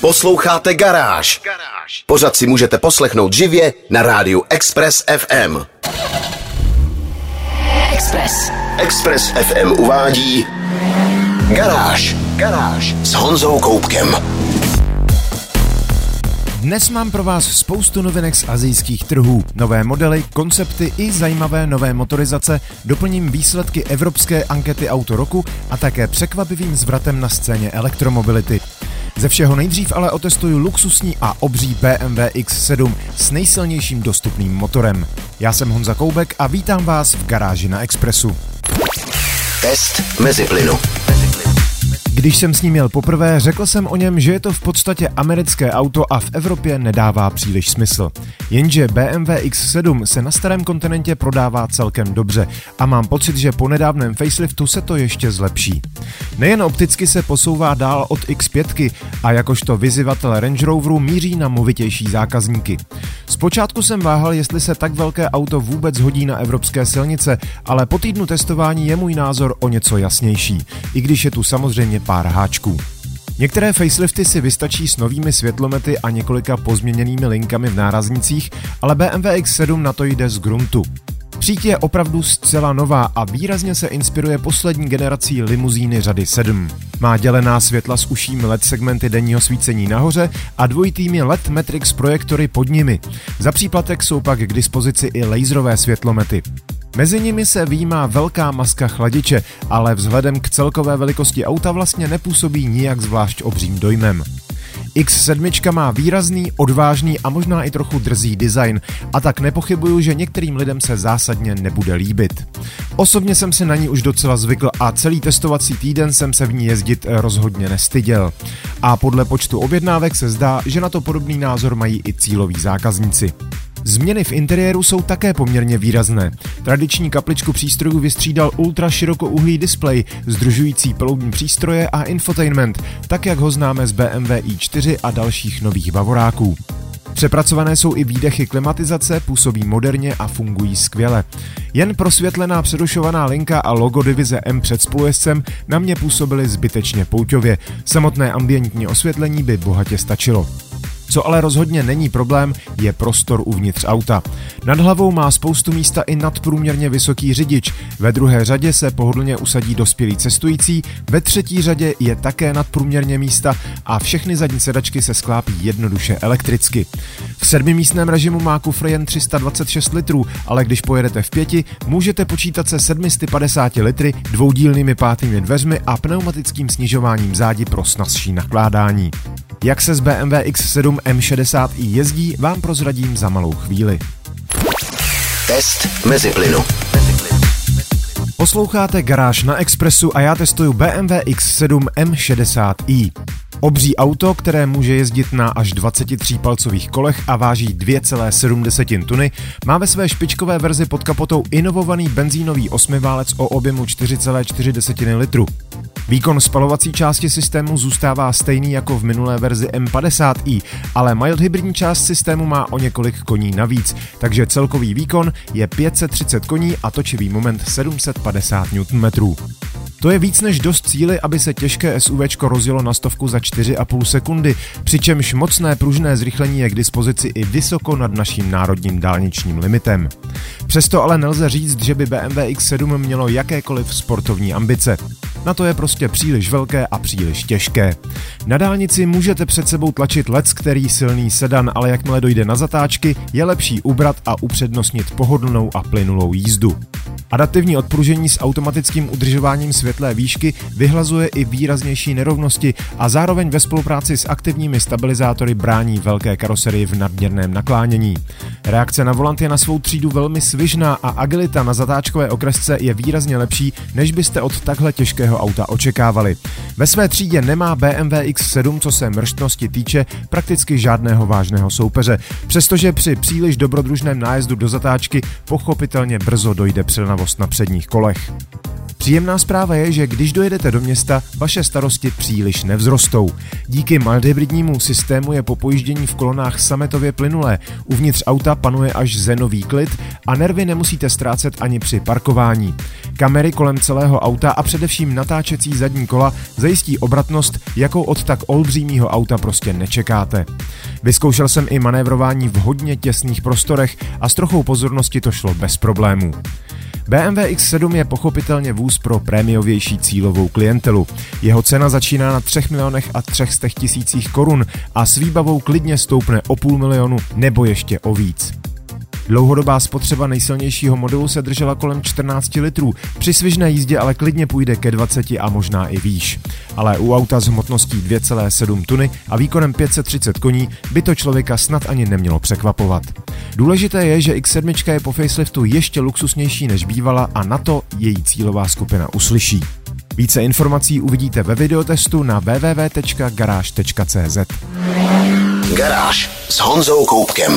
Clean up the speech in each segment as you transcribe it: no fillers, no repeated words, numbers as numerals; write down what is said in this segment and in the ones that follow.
Posloucháte Garáž. Pořad si můžete poslechnout živě na rádiu Express FM. Express FM uvádí Garáž s Honzou Koubkem. Dnes mám pro vás spoustu novinek z asijských trhů, nové modely, koncepty i zajímavé nové motorizace, doplním výsledky evropské ankety Auto roku a také překvapivým zvratem na scéně elektromobility. Ze všeho nejdřív ale otestuju luxusní a obří BMW X7 s nejsilnějším dostupným motorem. Já jsem Honza Koubek a vítám vás v Garáži na Expressu. Test meziplynu. Když jsem s ním jel poprvé, řekl jsem o něm, že je to v podstatě americké auto a v Evropě nedává příliš smysl. Jenže BMW X7 se na starém kontinentě prodává celkem dobře a mám pocit, že po nedávném faceliftu se to ještě zlepší. Nejen opticky se posouvá dál od X5 a jakožto vyzývatel Range Roveru míří na movitější zákazníky. Zpočátku jsem váhal, jestli se tak velké auto vůbec hodí na evropské silnice, ale po týdnu testování je můj názor o něco jasnější, i když je tu samozřejmě pár háčků. Některé facelifty si vystačí s novými světlomety a několika pozměněnými linkami v náraznicích, ale BMW X7 na to jde z gruntu. Příď je opravdu zcela nová a výrazně se inspiruje poslední generací limuzíny řady 7. Má dělená světla s ušími LED segmenty denního svícení nahoře a dvojitými LED Matrix projektory pod nimi. Za příplatek jsou pak k dispozici i laserové světlomety. Mezi nimi se výjímá velká maska chladiče, ale vzhledem k celkové velikosti auta vlastně nepůsobí nijak zvlášť obřím dojmem. X7 má výrazný, odvážný a možná i trochu drzý design a tak nepochybuju, že některým lidem se zásadně nebude líbit. Osobně jsem si na ní už docela zvykl a celý testovací týden jsem se v ní jezdit rozhodně nestyděl. A podle počtu objednávek se zdá, že na to podobný názor mají i cíloví zákazníci. Změny v interiéru jsou také poměrně výrazné. Tradiční kapličku přístrojů vystřídal ultra širokouhlý displej, sdružující palubní přístroje a infotainment, tak jak ho známe z BMW i4 a dalších nových bavoráků. Přepracované jsou i výdechy klimatizace, působí moderně a fungují skvěle. Jen prosvětlená přerušovaná linka a logo divize M před spolujezdcem na mě působily zbytečně pouťově. Samotné ambientní osvětlení by bohatě stačilo. Co ale rozhodně není problém, je prostor uvnitř auta. Nad hlavou má spoustu místa i nadprůměrně vysoký řidič, ve druhé řadě se pohodlně usadí dospělý cestující, ve třetí řadě je také nadprůměrně místa a všechny zadní sedačky se sklápí jednoduše elektricky. V 7místném režimu má kufr jen 326 litrů, ale když pojedete v 5, můžete počítat se 750 litry, dvoudílnými pátými dveřmi a pneumatickým snižováním zádi pro snazší nakládání. Jak se z BMW X7 M60i jezdí, vám prozradím za malou chvíli. Test meziplynu. Posloucháte Garáž na Expressu a já testuju BMW X7 M60i. Obří auto, které může jezdit na až 23 palcových kolech a váží 2,7 tuny, má ve své špičkové verzi pod kapotou inovovaný benzínový osmiválec o objemu 4,4 litru. Výkon spalovací části systému zůstává stejný jako v minulé verzi M50i, ale mild hybridní část systému má o několik koní navíc, takže celkový výkon je 530 koní a točivý moment 750 Nm. To je víc než dost síly, aby se těžké SUVčko rozjelo na 100 za 4,5 sekundy, přičemž mocné pružné zrychlení je k dispozici i vysoko nad naším národním dálničním limitem. Přesto ale nelze říct, že by BMW X7 mělo jakékoliv sportovní ambice. Na to je prostě příliš velké a příliš těžké. Na dálnici můžete před sebou tlačit leckterý silný sedan, ale jakmile dojde na zatáčky, je lepší ubrat a upřednostnit pohodlnou a plynulou jízdu. Adaptivní odpružení s automatickým udržováním světlé výšky vyhlazuje i výraznější nerovnosti a zároveň ve spolupráci s aktivními stabilizátory brání velké karoserii v nadměrném naklánění. Reakce na volant je na svou třídu velmi svižná a agilita na zatáčkové okresce je výrazně lepší, než byste od takhle těžkého auta očekávali. Ve své třídě nemá BMW X7, co se mrštnosti týče, prakticky žádného vážného soupeře, přestože při příliš dobrodružném nájezdu do zatáčky pochopitelně brzo dojde přilnavost na předních kolech. Příjemná zpráva je, že když dojedete do města, vaše starosti příliš nevzrostou. Díky mild-hybridnímu systému je po pojíždění v kolonách sametově plynulé, uvnitř auta panuje až zenový klid a nervy nemusíte ztrácet ani při parkování. Kamery kolem celého auta a především natáčecí zadní kola zajistí obratnost, jakou od tak olbřímího auta prostě nečekáte. Vyzkoušel jsem i manévrování v hodně těsných prostorech a s trochou pozornosti to šlo bez problémů. BMW X7 je pochopitelně vůz pro prémiovější cílovou klientelu. Jeho cena začíná na 3 300 000 korun a s výbavou klidně stoupne o 500 000 nebo ještě o víc. Dlouhodobá spotřeba nejsilnějšího modelu se držela kolem 14 litrů, při svižné jízdě ale klidně půjde ke 20 a možná i výš. Ale u auta s hmotností 2,7 tuny a výkonem 530 koní by to člověka snad ani nemělo překvapovat. Důležité je, že X7 je po faceliftu ještě luxusnější než bývala a na to její cílová skupina uslyší. Více informací uvidíte ve videotestu na www.garage.cz. Garáž s Honzou Koupkem.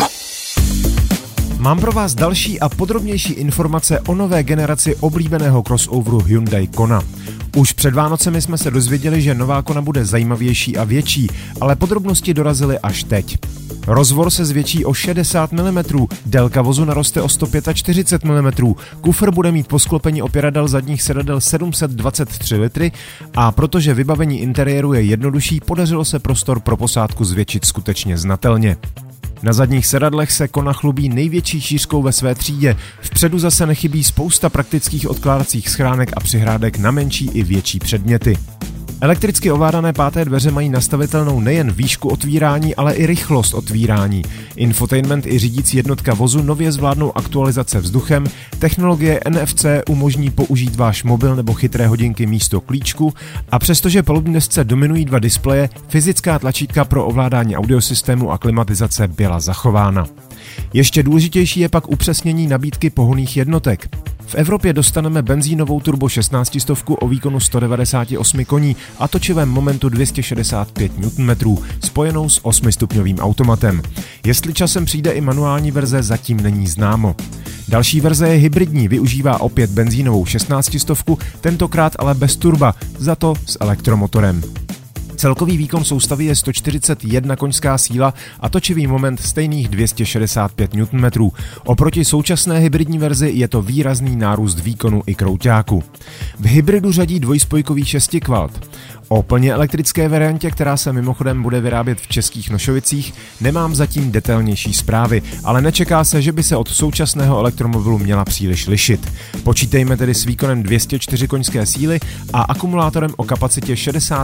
Mám pro vás další a podrobnější informace o nové generaci oblíbeného crossoveru Hyundai Kona. Už před Vánocemi jsme se dozvěděli, že nová Kona bude zajímavější a větší, ale podrobnosti dorazily až teď. Rozvor se zvětší o 60 mm, délka vozu naroste o 145 mm, kufr bude mít po sklopení opěradel zadních sedadel 723 litry a protože vybavení interiéru je jednodušší, podařilo se prostor pro posádku zvětšit skutečně znatelně. Na zadních sedadlech se Kona chlubí největší šířkou ve své třídě, vpředu zase nechybí spousta praktických odkládacích schránek a přihrádek na menší i větší předměty. Elektricky ovládané páté dveře mají nastavitelnou nejen výšku otvírání, ale i rychlost otvírání. Infotainment i řídící jednotka vozu nově zvládnou aktualizace vzduchem, technologie NFC umožní použít váš mobil nebo chytré hodinky místo klíčku a přestože palubní desce dominují 2 displeje, fyzická tlačítka pro ovládání audiosystému a klimatizace byla zachována. Ještě důležitější je pak upřesnění nabídky pohonných jednotek. V Evropě dostaneme benzínovou turbo 16 o výkonu 198 koní a točivém momentu 265 Nm, spojenou s 8stupňovým automatem. Jestli časem přijde i manuální verze, zatím není známo. Další verze je hybridní, využívá opět benzínovou 16, tentokrát ale bez turba, za to s elektromotorem. Celkový výkon soustavy je 141 koňská síla a točivý moment stejných 265 Nm. Oproti současné hybridní verzi je to výrazný nárůst výkonu i krouťáku. V hybridu řadí dvojspojkový 6 kW. O plně elektrické variantě, která se mimochodem bude vyrábět v Českých Nošovicích, nemám zatím detailnější zprávy, ale nečeká se, že by se od současného elektromobilu měla příliš lišit. Počítejme tedy s výkonem 204 koňské síly a akumulátorem o kapacitě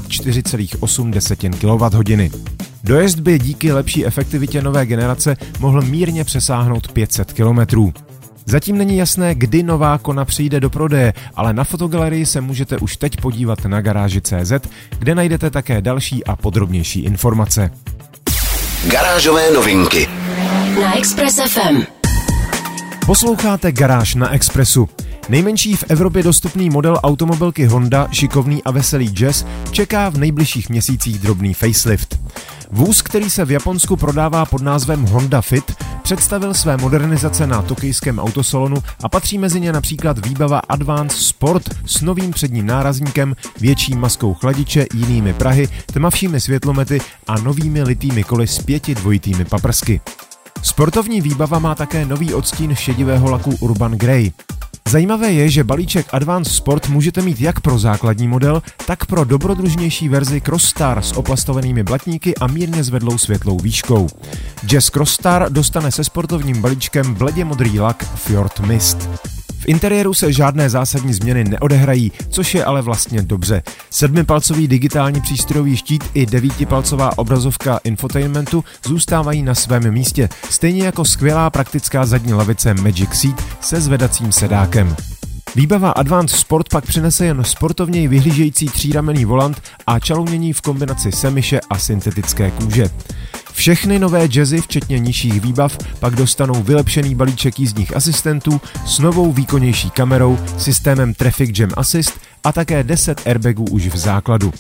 64,8 kWh. Dojezd by díky lepší efektivitě nové generace mohl mírně přesáhnout 500 km. Zatím není jasné, kdy nová Kona přijde do prodeje, ale na fotogalerii se můžete už teď podívat na garáži.cz, kde najdete také další a podrobnější informace. Garážové novinky na Express FM. Posloucháte Garáž na Expressu. Nejmenší v Evropě dostupný model automobilky Honda, šikovný a veselý Jazz, čeká v nejbližších měsících drobný facelift. Vůz, který se v Japonsku prodává pod názvem Honda Fit, představil své modernizace na tokijském autosalonu a patří mezi ně například výbava Advance Sport s novým předním nárazníkem, větší maskou chladiče, jinými prahy, tmavšími světlomety a novými litými koly s 5 dvojitými paprsky. Sportovní výbava má také nový odstín šedivého laku Urban Grey. Zajímavé je, že balíček Advance Sport můžete mít jak pro základní model, tak pro dobrodružnější verzi Crossstar s oplastovanými blatníky a mírně zvedlou světlou výškou. Jazz Crossstar dostane se sportovním balíčkem bledě modrý lak Fjord Mist. V interiéru se žádné zásadní změny neodehrají, což je ale vlastně dobře. 7palcový digitální přístrojový štít i 9palcová obrazovka infotainmentu zůstávají na svém místě, stejně jako skvělá praktická zadní lavice Magic Seat se zvedacím sedákem. Výbava Advance Sport pak přinese jen sportovněji vyhlížející tříramenný volant a čalounění v kombinaci semiše a syntetické kůže. Všechny nové Jazzy, včetně nižších výbav, pak dostanou vylepšený balíček jízdních asistentů s novou výkonnější kamerou, systémem Traffic Jam Assist a také 10 airbagů už v základu.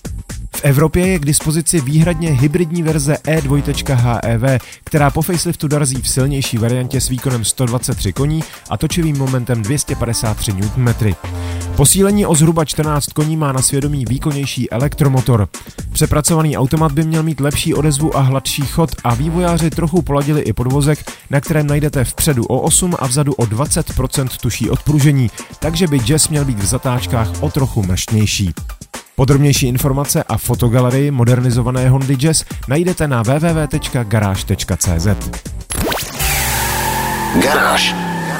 V Evropě je k dispozici výhradně hybridní verze E2.HEV, která po faceliftu dorazí v silnější variantě s výkonem 123 koní a točivým momentem 253 Nm. Posílení o zhruba 14 koní má na svědomí výkonnější elektromotor. Přepracovaný automat by měl mít lepší odezvu a hladší chod a vývojáři trochu poladili i podvozek, na kterém najdete vpředu o 8 a vzadu o 20% tuší odpružení, takže by Jazz měl být v zatáčkách o trochu mrštnější. Podrobnější informace a fotogalerii modernizované Hondy Jazz najdete na www.garage.cz. Garáž.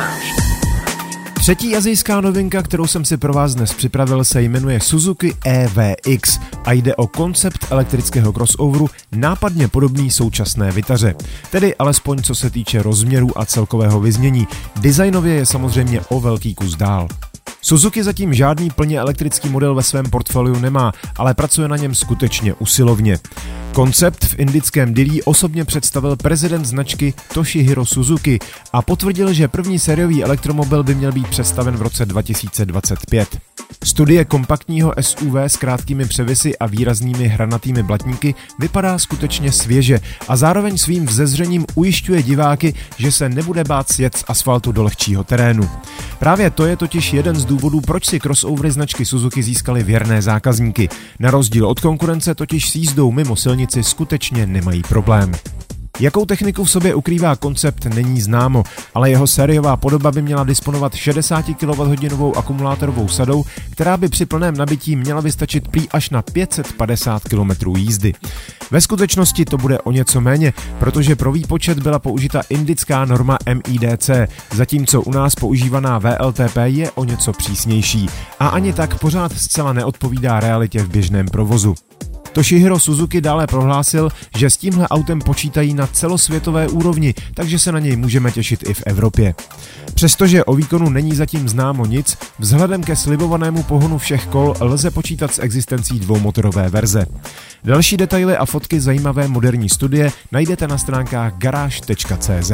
Třetí asijská novinka, kterou jsem si pro vás dnes připravil, se jmenuje Suzuki EVX a jde o koncept elektrického crossoveru nápadně podobný současné Vitaře. Tedy alespoň co se týče rozměru a celkového vyznění. Designově je samozřejmě o velký kus dál. Suzuki zatím žádný plně elektrický model ve svém portfoliu nemá, ale pracuje na něm skutečně usilovně. Koncept v indickém Dillí osobně představil prezident značky Toshihiro Suzuki a potvrdil, že první sériový elektromobil by měl být představen v roce 2025. Studie kompaktního SUV s krátkými převisy a výraznými hranatými blatníky vypadá skutečně svěže a zároveň svým vzezřením ujišťuje diváky, že se nebude bát sjet z asfaltu do lehčího terénu. Právě to je totiž jeden z důvodů, proč si crossovery značky Suzuki získaly věrné zákazníky. Na rozdíl od konkurence totiž s jízdou mimo silnici skutečně nemají problém. Jakou techniku v sobě ukrývá koncept, není známo, ale jeho sériová podoba by měla disponovat 60 kWh akumulátorovou sadou, která by při plném nabití měla vystačit prý až na 550 km jízdy. Ve skutečnosti to bude o něco méně, protože pro výpočet byla použita indická norma MIDC, zatímco u nás používaná VLTP je o něco přísnější a ani tak pořád zcela neodpovídá realitě v běžném provozu. Toshihiro Suzuki dále prohlásil, že s tímhle autem počítají na celosvětové úrovni, takže se na něj můžeme těšit i v Evropě. Přestože o výkonu není zatím známo nic, vzhledem ke slibovanému pohonu všech kol lze počítat s existencí dvoumotorové verze. Další detaily a fotky zajímavé moderní studie najdete na stránkách garage.cz.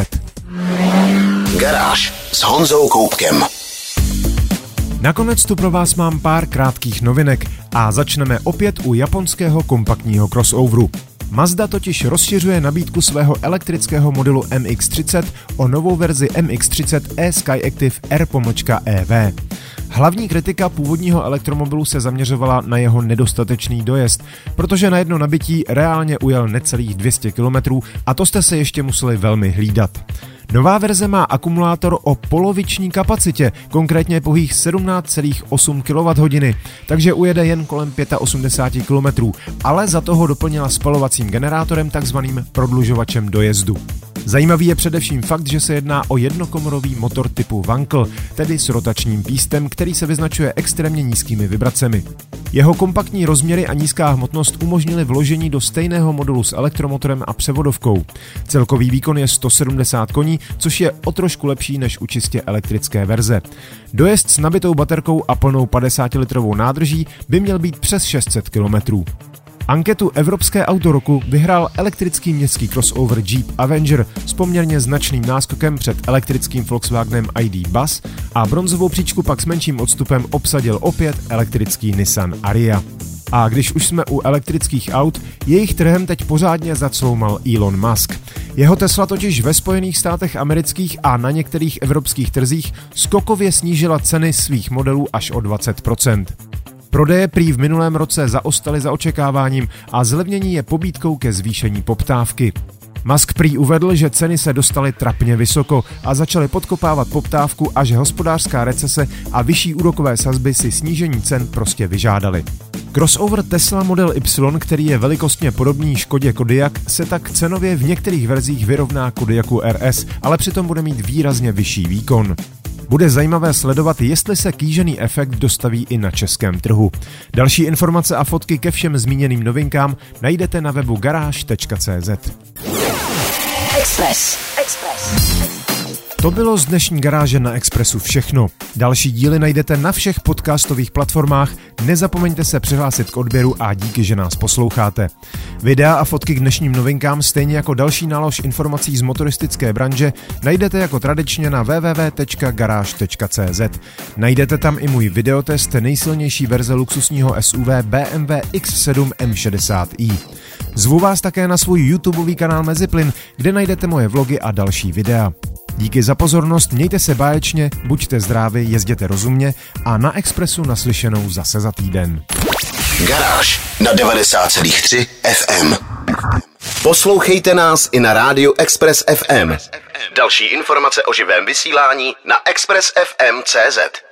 Garáž s Honzou Koubkem. Nakonec tu pro vás mám pár krátkých novinek a začneme opět u japonského kompaktního crossoveru. Mazda totiž rozšiřuje nabídku svého elektrického modelu MX-30 o novou verzi MX-30 e-Skyactiv R-EV. Hlavní kritika původního elektromobilu se zaměřovala na jeho nedostatečný dojezd, protože na jedno nabití reálně ujel necelých 200 km a to jste se ještě museli velmi hlídat. Nová verze má akumulátor o poloviční kapacitě, konkrétně pouhých 17,8 kWh, takže ujede jen kolem 85 km, ale za toho doplnila spalovacím generátorem, takzvaným prodlužovačem dojezdu. Zajímavý je především fakt, že se jedná o jednokomorový motor typu Wankel, tedy s rotačním pístem, který se vyznačuje extrémně nízkými vibracemi. Jeho kompaktní rozměry a nízká hmotnost umožnily vložení do stejného modulu s elektromotorem a převodovkou. Celkový výkon je 170 koní, což je o trošku lepší než u čistě elektrické verze. Dojezd s nabitou baterkou a plnou 50-litrovou nádrží by měl být přes 600 km. Anketu Evropské auto roku vyhrál elektrický městský crossover Jeep Avenger s poměrně značným náskokem před elektrickým Volkswagenem ID Buzz a bronzovou příčku pak s menším odstupem obsadil opět elektrický Nissan Ariya. A když už jsme u elektrických aut, jejich trhem teď pořádně zacloumal Elon Musk. Jeho Tesla totiž ve Spojených státech amerických a na některých evropských trzích skokově snížila ceny svých modelů až o 20%. Prodeje prý v minulém roce zaostaly za očekáváním a zlevnění je pobídkou ke zvýšení poptávky. Musk prý uvedl, že ceny se dostaly trapně vysoko a začaly podkopávat poptávku a že hospodářská recese a vyšší úrokové sazby si snížení cen prostě vyžádaly. Crossover Tesla Model Y, který je velikostně podobný Škodě Kodiaq, se tak cenově v některých verzích vyrovná Kodiaqu RS, ale přitom bude mít výrazně vyšší výkon. Bude zajímavé sledovat, jestli se kýžený efekt dostaví i na českém trhu. Další informace a fotky ke všem zmíněným novinkám najdete na webu garage.cz. Express. To bylo z dnešní garáže na Expressu všechno. Další díly najdete na všech podcastových platformách, nezapomeňte se přihlásit k odběru a díky, že nás posloucháte. Videa a fotky k dnešním novinkám, stejně jako další nálož informací z motoristické branže, najdete jako tradičně na www.garage.cz. Najdete tam i můj videotest nejsilnější verze luxusního SUV BMW X7 M60i. Zvu vás také na svůj YouTubeový kanál Meziplyn, kde najdete moje vlogy a další videa. Díky za pozornost, mějte se báječně, buďte zdraví, jezděte rozumně a na Expressu naslyšenou zase za týden. Garáž na 90,3 FM. Poslouchejte nás i na rádiu Express FM. Další informace o živém vysílání na expressfm.cz.